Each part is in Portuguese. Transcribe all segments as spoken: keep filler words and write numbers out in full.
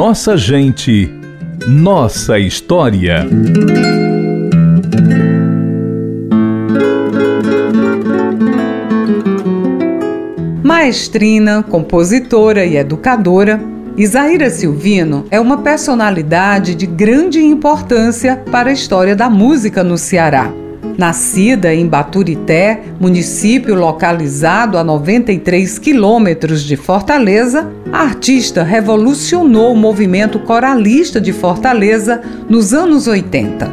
Nossa gente, nossa história. Maestrina, compositora e educadora, Izaíra Silvino é uma personalidade de grande importância para a história da música no Ceará. Nascida em Baturité, município localizado a noventa e três quilômetros de Fortaleza, a artista revolucionou o movimento coralista de Fortaleza nos anos oitenta.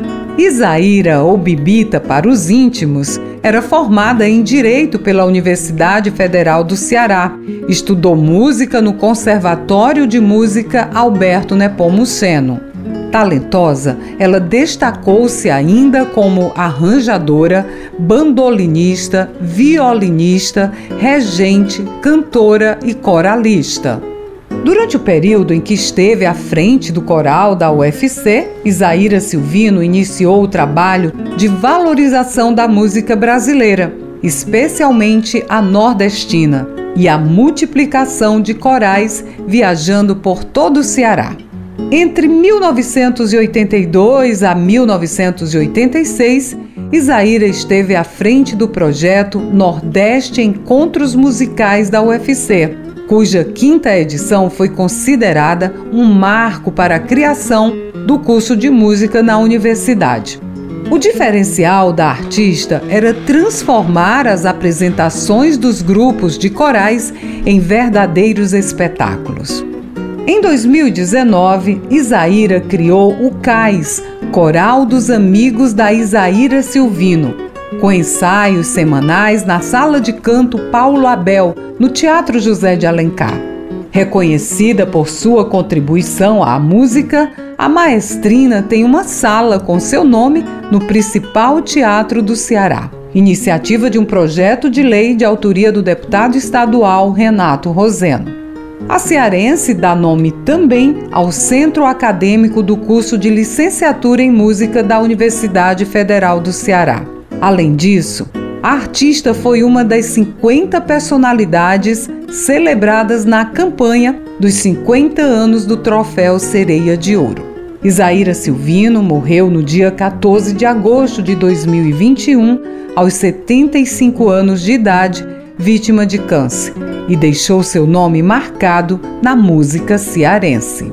Izaíra, ou Bibita para os íntimos, era formada em Direito pela Universidade Federal do Ceará. Estudou música no Conservatório de Música Alberto Nepomuceno. Talentosa, ela destacou-se ainda como arranjadora, bandolinista, violinista, regente, cantora e coralista. Durante o período em que esteve à frente do coral da U F C, Izaíra Silvino iniciou o trabalho de valorização da música brasileira, especialmente a nordestina, e a multiplicação de corais viajando por todo o Ceará. Entre mil novecentos e oitenta e dois a mil novecentos e oitenta e seis, Izaíra esteve à frente do projeto Nordeste Encontros Musicais da U F C, cuja quinta edição foi considerada um marco para a criação do curso de música na universidade. O diferencial da artista era transformar as apresentações dos grupos de corais em verdadeiros espetáculos. Em dois mil e dezenove, Izaíra criou o CAIS, Coral dos Amigos da Izaíra Silvino, com ensaios semanais na Sala de Canto Paulo Abel, no Teatro José de Alencar. Reconhecida por sua contribuição à música, a maestrina tem uma sala com seu nome no principal teatro do Ceará, iniciativa de um projeto de lei de autoria do deputado estadual Renato Roseno. A cearense dá nome também ao Centro Acadêmico do curso de Licenciatura em Música da Universidade Federal do Ceará. Além disso, a artista foi uma das cinquenta personalidades celebradas na campanha dos cinquenta anos do Troféu Sereia de Ouro. Izaíra Silvino morreu no dia quatorze de agosto de dois mil e vinte e um, aos setenta e cinco anos de idade, vítima de câncer, e deixou seu nome marcado na música cearense.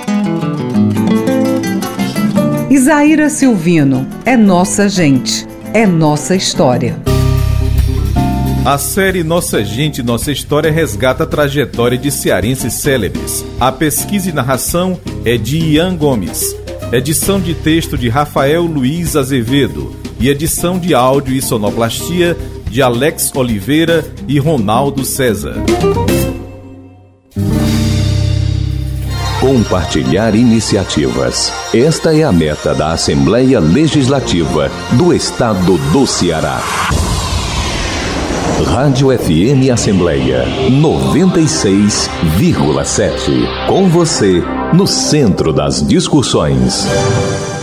Izaíra Silvino é nossa gente, é nossa história. A série Nossa Gente, Nossa História resgata a trajetória de cearenses célebres. A pesquisa e narração é de Ian Gomes. Edição de texto de Rafael Luiz Azevedo e edição de áudio e sonoplastia de Alex Oliveira e Ronaldo César. Compartilhar iniciativas. Esta é a meta da Assembleia Legislativa do Estado do Ceará. Rádio F M Assembleia noventa e seis vírgula sete. Com você, no centro das discussões.